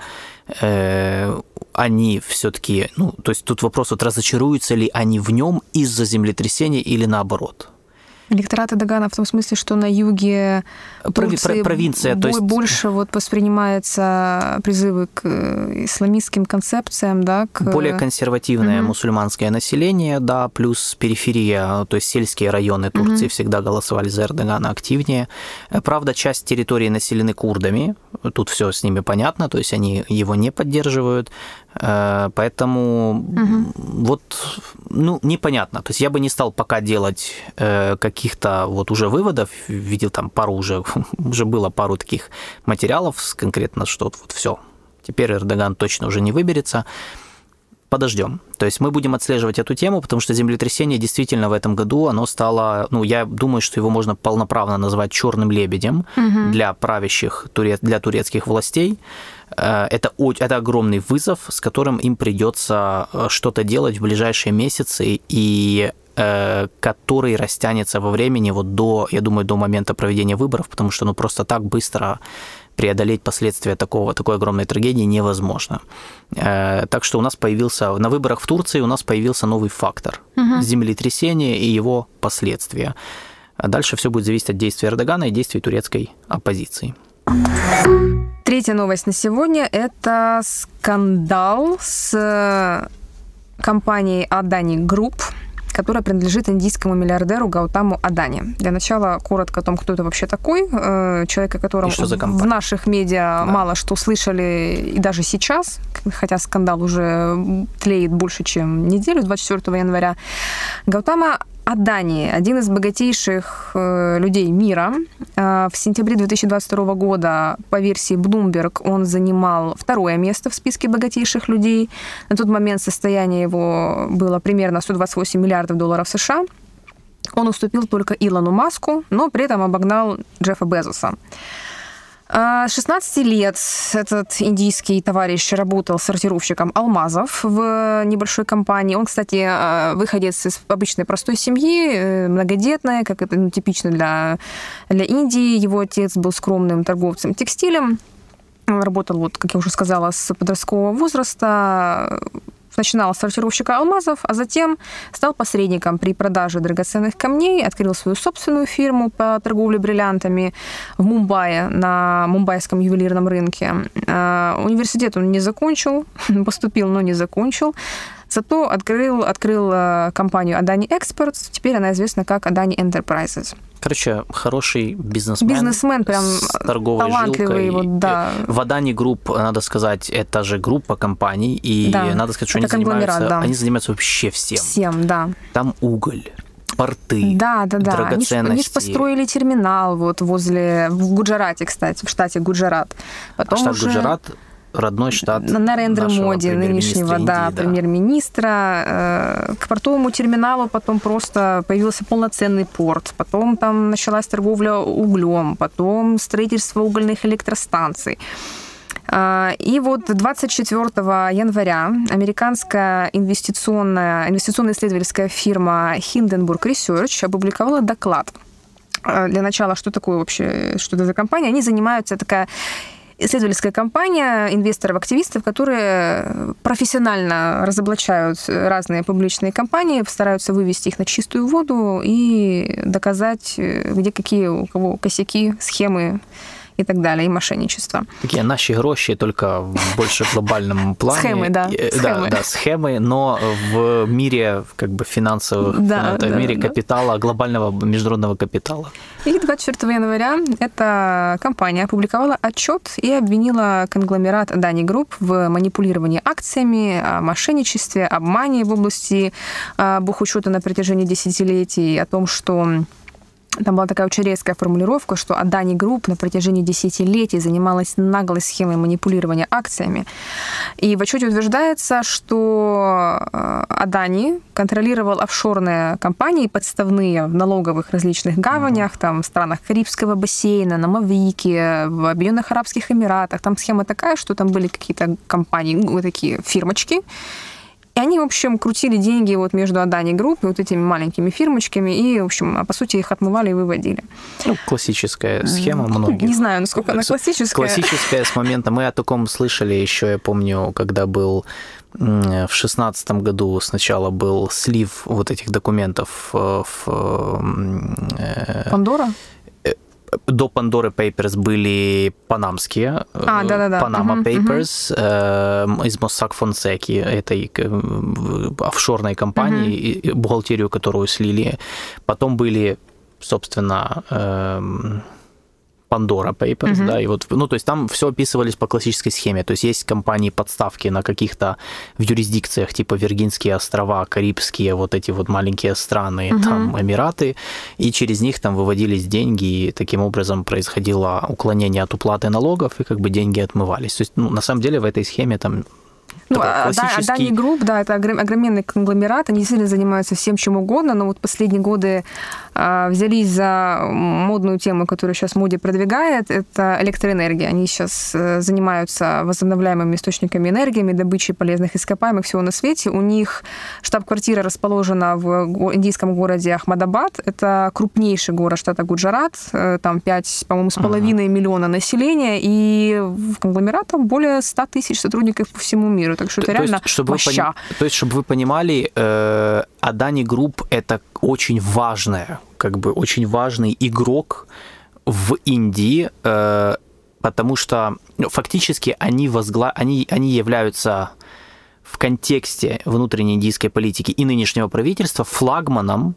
они все-таки, то есть тут вопрос, вот разочаруются ли они в нем из-за землетрясения или наоборот. Электорат Эрдогана в том смысле, что на юге Турции провинция, то есть... больше вот воспринимаются призывы к исламистским концепциям, да? Более консервативное мусульманское население, да, плюс периферия, то есть сельские районы Турции всегда голосовали за Эрдогана активнее. Правда, часть территории населены курдами, тут все с ними понятно, то есть они его не поддерживают, поэтому вот, непонятно. То есть я бы не стал пока делать каких-то вот уже выводов, видел там уже было пару таких материалов конкретно, что вот все, теперь Эрдоган точно уже не выберется. Подождем. То есть мы будем отслеживать эту тему, потому что землетрясение действительно в этом году, оно стало, я думаю, что его можно полноправно назвать черным лебедем для правящих, для турецких властей. Это огромный вызов, с которым им придется что-то делать в ближайшие месяцы, и который растянется во времени я думаю, до момента проведения выборов, потому что просто так быстро преодолеть последствия такой огромной трагедии невозможно. Так что у нас на выборах в Турции у нас появился новый фактор – землетрясение и его последствия. А дальше все будет зависеть от действий Эрдогана и действий турецкой оппозиции. Третья новость на сегодня – это скандал с компанией Adani Group, которая принадлежит индийскому миллиардеру Гаутаму Адани. Для начала коротко о том, кто это вообще такой. Человек, о котором в наших медиа мало что слышали и даже сейчас, хотя скандал уже тлеет больше, чем неделю, 24 января. Гаутама Адани, один из богатейших людей мира. В сентябре 2022 года, по версии Bloomberg, он занимал второе место в списке богатейших людей. На тот момент состояние его было примерно 128 миллиардов долларов США. Он уступил только Илону Маску, но при этом обогнал Джеффа Безоса. С 16 лет этот индийский товарищ работал сортировщиком алмазов в небольшой компании. Он, кстати, выходец из обычной простой семьи, многодетная, как это типично для Индии. Его отец был скромным торговцем текстилем. Работал, как я уже сказала, с подросткового возраста. Начинал с сортировщика алмазов, а затем стал посредником при продаже драгоценных камней, открыл свою собственную фирму по торговле бриллиантами в Мумбаи, на мумбайском ювелирном рынке. Университет он не закончил, поступил, но не закончил. Зато открыл компанию Adani Exports, теперь она известна как Adani Enterprises. Короче, хороший бизнесмен. Бизнесмен, прям талантливый. В Adani Group, надо сказать, это же группа компаний, и надо сказать, что они занимаются вообще всем. Всем, да. Там уголь, порты, драгоценности. Они же построили терминал вот в Гуджарате, кстати, в штате Гуджарат. Потом штат Гуджарат родной штат Нарендра Моди, нынешнего Индии, премьер-министра. К портовому терминалу потом просто появился полноценный порт, потом там началась торговля углем, потом строительство угольных электростанций. И вот 24 января американская инвестиционно-исследовательская фирма Hindenburg Research опубликовала доклад. Для начала, что такое вообще, что это за компания? Они занимаются, такая исследовательская компания инвесторов-активистов, которые профессионально разоблачают разные публичные компании, стараются вывести их на чистую воду и доказать, где какие у кого косяки, схемы и так далее, и мошенничество. Такие наши гроши, только в больше глобальном плане. Схемы, да. Схемы, но в мире как бы финансовых, в мире капитала, глобального международного капитала. И 24 января эта компания опубликовала отчет и обвинила конгломерат Adani Group в манипулировании акциями, о мошенничестве, обмане в области бухучета на протяжении десятилетий, о том, что там была такая очень резкая формулировка, что Adani Group на протяжении десятилетий занималась наглой схемой манипулирования акциями. И в отчете утверждается, что Adani контролировал офшорные компании, подставные в налоговых различных гаванях, там, в странах Карибского бассейна, на Маврике, в Объединенных Арабских Эмиратах. Там схема такая, что там были какие-то компании, вот такие фирмочки, и они, в общем, крутили деньги вот между Adani Group и вот этими маленькими фирмочками, и, в общем, по сути, их отмывали и выводили. Ну, классическая схема многих. Не знаю, насколько она классическая. Классическая с момента. Мы о таком слышали еще, я помню, когда был в 2016 году сначала был слив вот этих документов в... Пандора? До Pandora Papers были панамские, Panama Papers из Mossack Fonseca, этой офшорной компании, бухгалтерию которую слили. Потом были, собственно, Pandora Papers, да, и вот, ну, то есть там все описывались по классической схеме, то есть есть компании-подставки на каких-то в юрисдикциях, типа Виргинские острова, Карибские, вот эти вот маленькие страны, там, Эмираты, и через них там выводились деньги, и таким образом происходило уклонение от уплаты налогов, и как бы деньги отмывались. То есть, ну, на самом деле в этой схеме там Adani Group, да, это огроменный конгломерат, они действительно занимаются всем чем угодно, но вот последние годы взялись за модную тему, которую сейчас Моди продвигает, это электроэнергия. Они сейчас занимаются возобновляемыми источниками энергии, добычей полезных ископаемых, всего на свете. У них штаб-квартира расположена в индийском городе Ахмадабад, это крупнейший город штата Гуджарат, там 5,5 миллиона населения, и в конгломератах более 100 тысяч сотрудников по всему миру. Так что это реально моща. То есть, чтобы вы понимали, Adani Group — это очень важная, как бы очень важный игрок в Индии, потому что фактически они являются в контексте внутренней индийской политики и нынешнего правительства флагманом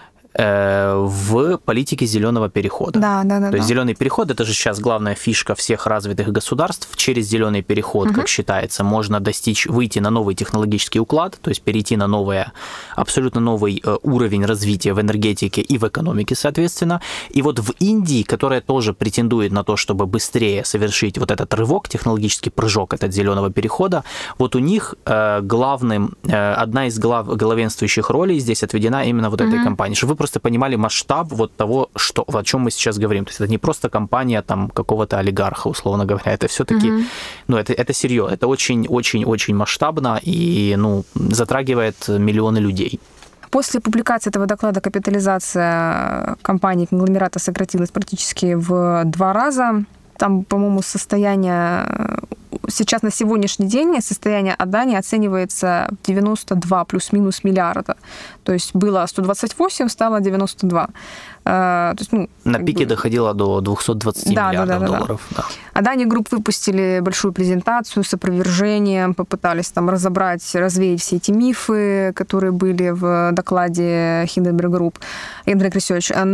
в политике зеленого перехода. То есть зеленый переход — это же сейчас главная фишка всех развитых государств. Через зеленый переход, как считается, можно выйти на новый технологический уклад, то есть перейти на абсолютно новый уровень развития в энергетике и в экономике, соответственно. И вот в Индии, которая тоже претендует на то, чтобы быстрее совершить вот этот рывок, технологический прыжок от зеленого перехода, вот у них одна из главенствующих ролей здесь отведена именно вот этой компании, чтобы вы просто понимали масштаб вот того, о чем мы сейчас говорим. То есть это не просто компания там какого-то олигарха, условно говоря, это все-таки, ну, это серьезно, это очень-очень-очень масштабно и, ну, затрагивает миллионы людей. После публикации этого доклада капитализация компании конгломерата сократилась практически в 2 раза. Там, по-моему, сейчас на сегодняшний день состояние Adani оценивается 92 плюс-минус миллиарда. То есть было 128, стало 92. То есть, на пике доходило до 220 миллиардов долларов. Да. Adani Group выпустили большую презентацию с опровержением, попытались там развеять все эти мифы, которые были в докладе Hindenburg Research,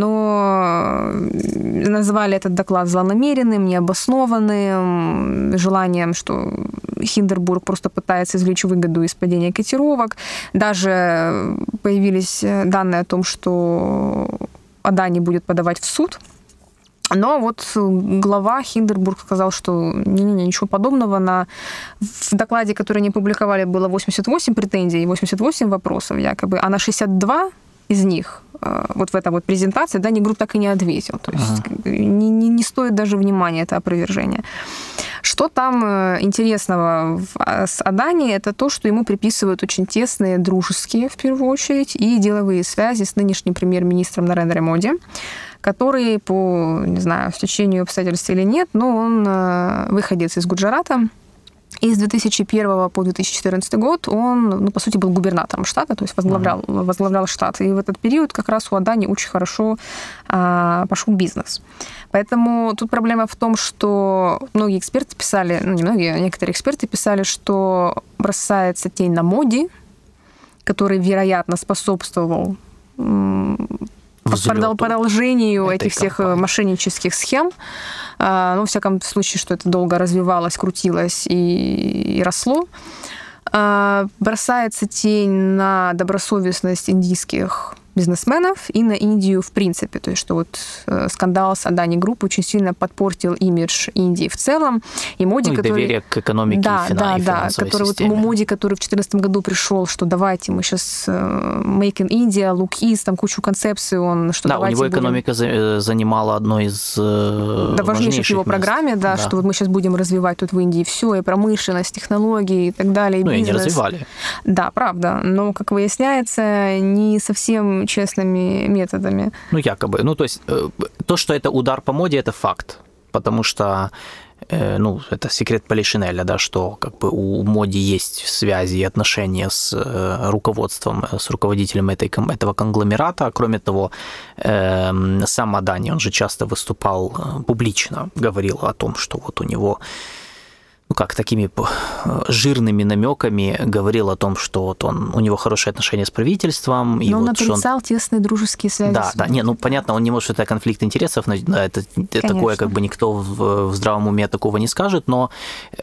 но назвали этот доклад злонамеренным, необоснованным, желанием что Хиндербург просто пытается извлечь выгоду из падения котировок. Даже появились данные о том, что Адани будет подавать в суд. Но вот глава Хиндербург сказал, что ничего подобного. В докладе, который они публиковали, было 88 претензий и 88 вопросов якобы, а на 62 из них вот в этой вот презентации Адани Групп так и не ответил. То есть не стоит даже внимания это опровержение. Что там интересного с Адани, это то, что ему приписывают очень тесные дружеские, в первую очередь, и деловые связи с нынешним премьер-министром Нарендра Моди, который, по, не знаю, стечению обстоятельств или нет, но он выходец из Гуджарата. И с 2001 по 2014 год он, по сути, был губернатором штата, то есть возглавлял штат. И в этот период как раз у Адани очень хорошо пошел бизнес. Поэтому тут проблема в том, что многие эксперты писали, не многие, некоторые эксперты писали, что бросается тень на Моди, который, вероятно, способствовал продолжению этих всех мошеннических схем. Но, во всяком случае, что это долго развивалось, крутилось и росло. Бросается тень на добросовестность индийских бизнесменов и на Индию в принципе. То есть, что вот скандал с Адани Групп очень сильно подпортил имидж Индии в целом. И Моди, который... доверие к экономике и финансовой системе. Моди, который в 2014 году пришел, что давайте мы сейчас Make in India, Look East, там кучу концепций, у него экономика занимала одно из важнейших в его программе, что вот мы сейчас будем развивать тут в Индии все, и промышленность, технологии и так далее, и бизнес. И не развивали. Да, правда. Но, как выясняется, не совсем честными методами. Якобы. То есть то, что это удар по Моди, это факт. Потому что это секрет Полишинеля, да, что как бы у Моди есть связи и отношения с руководством, с руководителем этого конгломерата. Кроме того, сам Адани, он же часто выступал публично, говорил о том, что вот у него такими жирными намеками говорил о том, что вот у него хорошие отношения с правительством. Но он отрицал тесные дружеские связи. Понятно, он не может, это конфликт интересов, это такое, как бы никто в здравом уме такого не скажет, но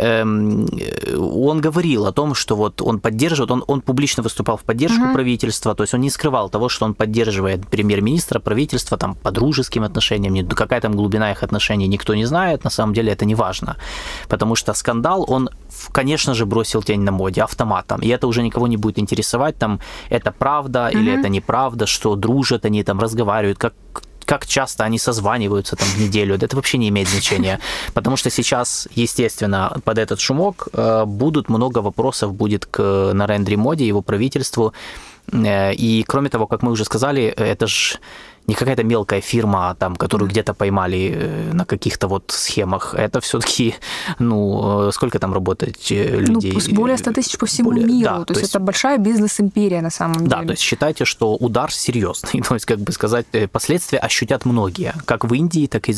он говорил о том, что вот он поддерживает, он публично выступал в поддержку правительства, то есть он не скрывал того, что он поддерживает премьер-министра, правительства там по дружеским отношениям, какая там глубина их отношений, никто не знает, на самом деле это не важно, потому что скандал, он, конечно же, бросил тень на Моди автоматом. И это уже никого не будет интересовать, там, это правда или это неправда, что дружат они, там, разговаривают, как часто они созваниваются там в неделю. Это вообще не имеет значения. Потому что сейчас, естественно, под этот шумок много вопросов будет к Нарендре Моди, его правительству. И, кроме того, как мы уже сказали, это же не какая-то мелкая фирма, там, которую где-то поймали на каких-то вот схемах. Это все-таки, сколько там работает людей? Более 100 тысяч по всему миру. Да, то есть это большая бизнес-империя на самом деле. Да, то есть считайте, что удар серьезный. То есть, как бы сказать, последствия ощутят многие, как в Индии, так и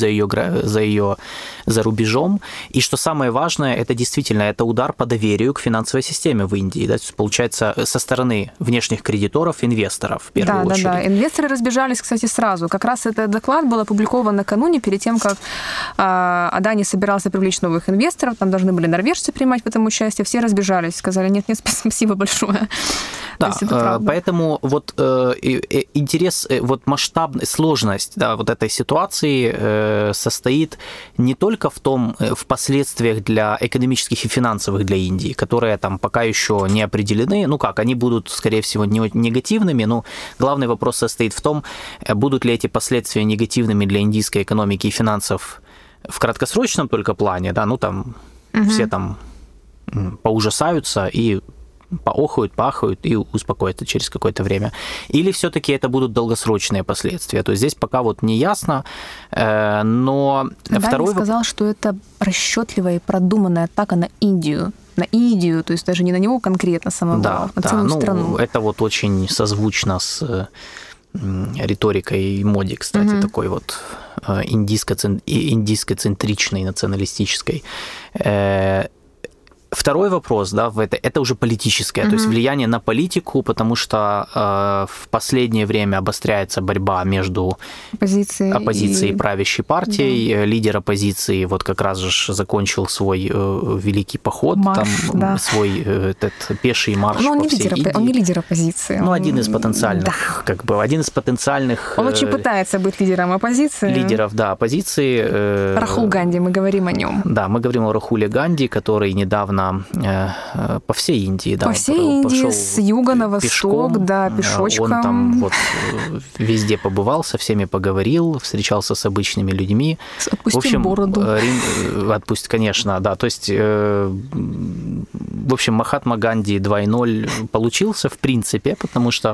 за рубежом. И что самое важное, это действительно это удар по доверию к финансовой системе в Индии. Да? То есть, получается, со стороны внешних кредиторов, инвесторов, в первую очередь. Да. Инвесторы разбежались, кстати, сразу. Как раз этот доклад был опубликован накануне, перед тем, как Адани собирался привлечь новых инвесторов, там должны были норвежцы принимать в этом участие, все разбежались, сказали, нет, спасибо большое. Да, поэтому вот интерес, вот масштабность, сложность вот этой ситуации состоит не только в последствиях для экономических и финансовых для Индии, которые там пока еще не определены, они будут, скорее всего, негативными, но главный вопрос состоит в том, будут ли эти последствия негативными для индийской экономики и финансов в краткосрочном только плане, да, все там поужасаются и поохают, пахают и успокоятся через какое-то время. Или все-таки это будут долгосрочные последствия. То есть здесь пока вот не ясно, но второй... сказал, что это расчетливая и продуманная атака на Индию, то есть даже не на него конкретно самого, на целую страну. Это вот очень созвучно с риторикой Моди, кстати, такой вот индийско-центричной, националистической. Второй вопрос, да, это уже политическое, то есть влияние на политику, потому что в последнее время обостряется борьба между оппозицией и правящей партией. Да. Лидер оппозиции вот как раз же закончил свой великий поход, марш, там, свой этот пеший марш по всей Индии. Он не лидер оппозиции. Ну, один из потенциальных, один из потенциальных... Он очень пытается быть лидером оппозиции. Лидеров, да, оппозиции. Рахул Ганди, мы говорим о нем. Да, мы говорим о Рахуле Ганди, который недавно по всей Индии, по всей Индии, с юга на восток, пешком, да, пешочком. Он там вот везде побывал, со всеми поговорил, встречался с обычными людьми. Отпустил бороду. Конечно, да. То есть, в общем, Махатма Ганди 2.0 получился, в принципе, потому что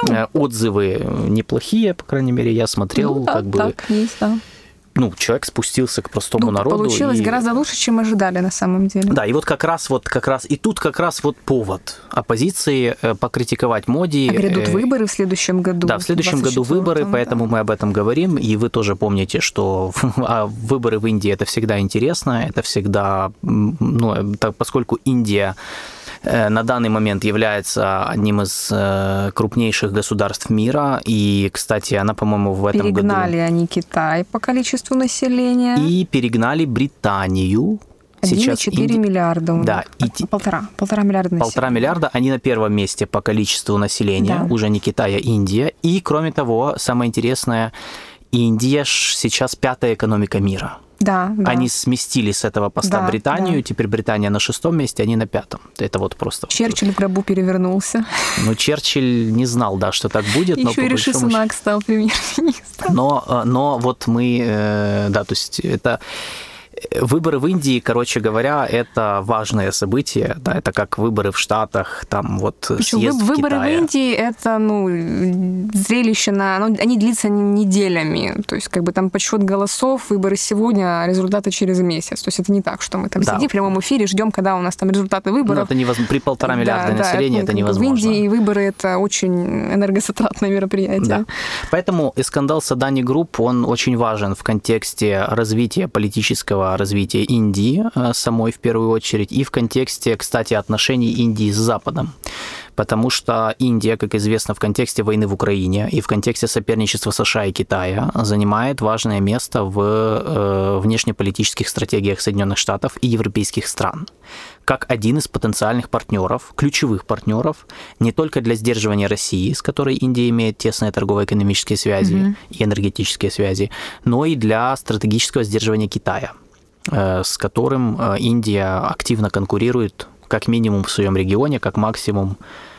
отзывы неплохие, по крайней мере, я смотрел, так есть, да. Человек спустился к простому народу. Получилось гораздо лучше, чем ожидали на самом деле. Да, и вот как раз, и тут как раз вот повод оппозиции покритиковать Моди. Грядут выборы в следующем году. Да, в следующем году выборы, поэтому мы об этом говорим, и вы тоже помните, что выборы в Индии – это всегда интересно, это всегда, поскольку Индия на данный момент является одним из крупнейших государств мира. И, кстати, она, по-моему, в этом году... Перегнали они Китай по количеству населения. И перегнали Британию. 1,4 миллиарда у них. Да. Полтора миллиарда населения. 1,5 миллиарда. Они на первом месте по количеству населения. Да. Уже не Китай, а Индия. И, кроме того, самое интересное, Индия сейчас 5-я экономика мира. Да. Они сместили с этого поста Британию, теперь Британия на 6-м месте, они на 5-м. Это вот просто... Черчилль в гробу перевернулся. Черчилль не знал, что так будет. Еще и Риши Сунак стал премьер-министром. Но вот мы... то есть это... Выборы в Индии, короче говоря, это важное событие, да, это как выборы в Штатах, там вот съезд в Китае. Выборы в Индии это, зрелище они длятся неделями, то есть там подсчет голосов, выборы сегодня, а результаты через месяц, то есть это не так, что мы там сидим в прямом эфире, ждем, когда у нас там результаты выборов. Это невозможно, при 1,5 миллиарда населения это невозможно. В Индии выборы это очень энергозатратное мероприятие. Да. Поэтому скандал с Adani Group, он очень важен в контексте развития политического развития Индии самой в первую очередь и в контексте, кстати, отношений Индии с Западом. Потому что Индия, как известно, в контексте войны в Украине и в контексте соперничества США и Китая занимает важное место в внешнеполитических стратегиях Соединенных Штатов и европейских стран. Как один из потенциальных партнеров, ключевых партнеров, не только для сдерживания России, с которой Индия имеет тесные торгово-экономические связи и энергетические связи, но и для стратегического сдерживания Китая, с которым Индия активно конкурирует, как минимум в своем регионе, как максимум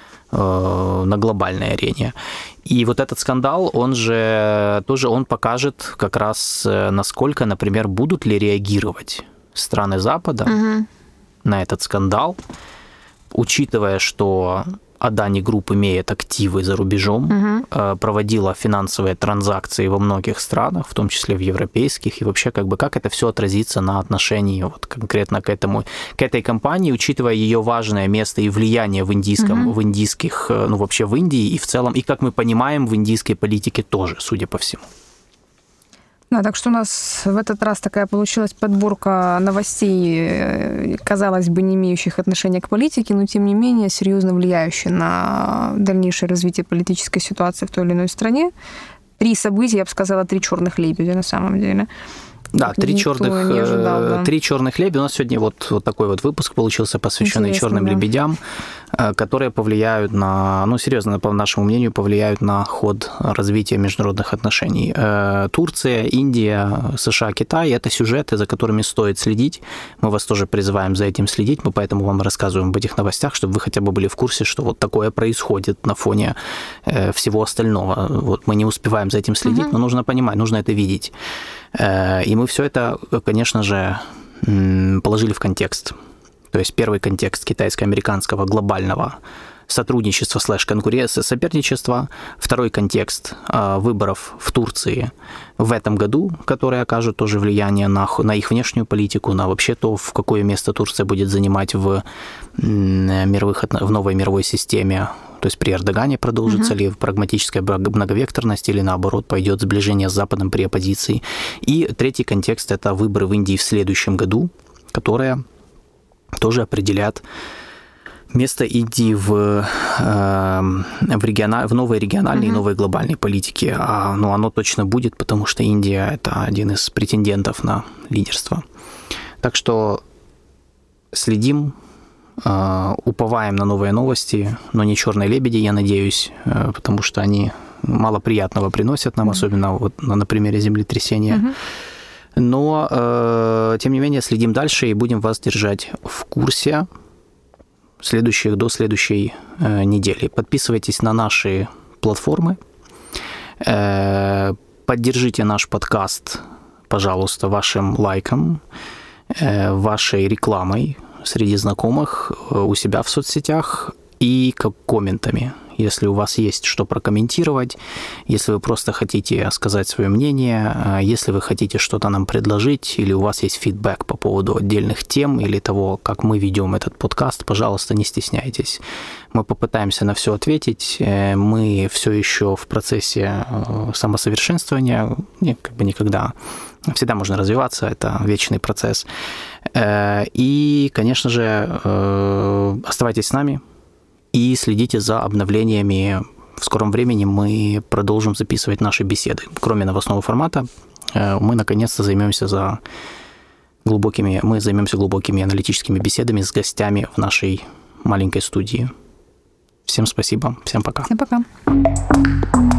на глобальной арене. И вот этот скандал, он покажет как раз, насколько, например, будут ли реагировать страны Запада на этот скандал, учитывая, что Adani Group имеет активы за рубежом, проводила финансовые транзакции во многих странах, в том числе в европейских, и вообще как это все отразится на отношении вот конкретно к этой компании, учитывая ее важное место и влияние в индийских, вообще в Индии и в целом, и, как мы понимаем, в индийской политике тоже, судя по всему. Да, так что у нас в этот раз такая получилась подборка новостей, казалось бы, не имеющих отношения к политике, но тем не менее серьезно влияющие на дальнейшее развитие политической ситуации в той или иной стране. 3 события, я бы сказала, 3 черных лебедя на самом деле. Да, 3 черных лебедя. У нас сегодня вот такой вот выпуск получился, посвященный черным лебедям, которые повлияют серьезно, по нашему мнению, повлияют на ход развития международных отношений. Турция, Индия, США, Китай – это сюжеты, за которыми стоит следить. Мы вас тоже призываем за этим следить, мы поэтому вам рассказываем об этих новостях, чтобы вы хотя бы были в курсе, что вот такое происходит на фоне всего остального. Вот мы не успеваем за этим следить, но нужно понимать, нужно это видеть. И мы все это, конечно же, положили в контекст. То есть первый контекст китайско-американского глобального сотрудничества / соперничества. Второй контекст выборов в Турции в этом году, которые окажут тоже влияние на их внешнюю политику, на вообще то, в какое место Турция будет занимать в новой мировой системе. То есть при Эрдогане продолжится ли прагматическая многовекторность или, наоборот, пойдет сближение с Западом при оппозиции. И третий контекст – это выборы в Индии в следующем году, которые тоже определят место Индии в новой региональной и новой глобальной политике. Но оно точно будет, потому что Индия – это один из претендентов на лидерство. Так что следим, уповаем на новые новости, но не черные лебеди, я надеюсь, потому что они мало приятного приносят нам, особенно вот на примере землетрясения. Но, тем не менее, следим дальше и будем вас держать в курсе до следующей недели. Подписывайтесь на наши платформы, поддержите наш подкаст, пожалуйста, вашим лайком, вашей рекламой среди знакомых у себя в соцсетях и комментами. Если у вас есть что прокомментировать, если вы просто хотите сказать свое мнение, если вы хотите что-то нам предложить, или у вас есть фидбэк по поводу отдельных тем или того, как мы ведем этот подкаст, пожалуйста, не стесняйтесь. Мы попытаемся на все ответить. Мы все еще в процессе самосовершенствования, как бы никогда. Всегда можно развиваться, это вечный процесс. И, конечно же, оставайтесь с нами. И следите за обновлениями. В скором времени мы продолжим записывать наши беседы. Кроме новостного формата, мы наконец-то займемся глубокими аналитическими беседами с гостями в нашей маленькой студии. Всем спасибо, всем пока. Всем пока.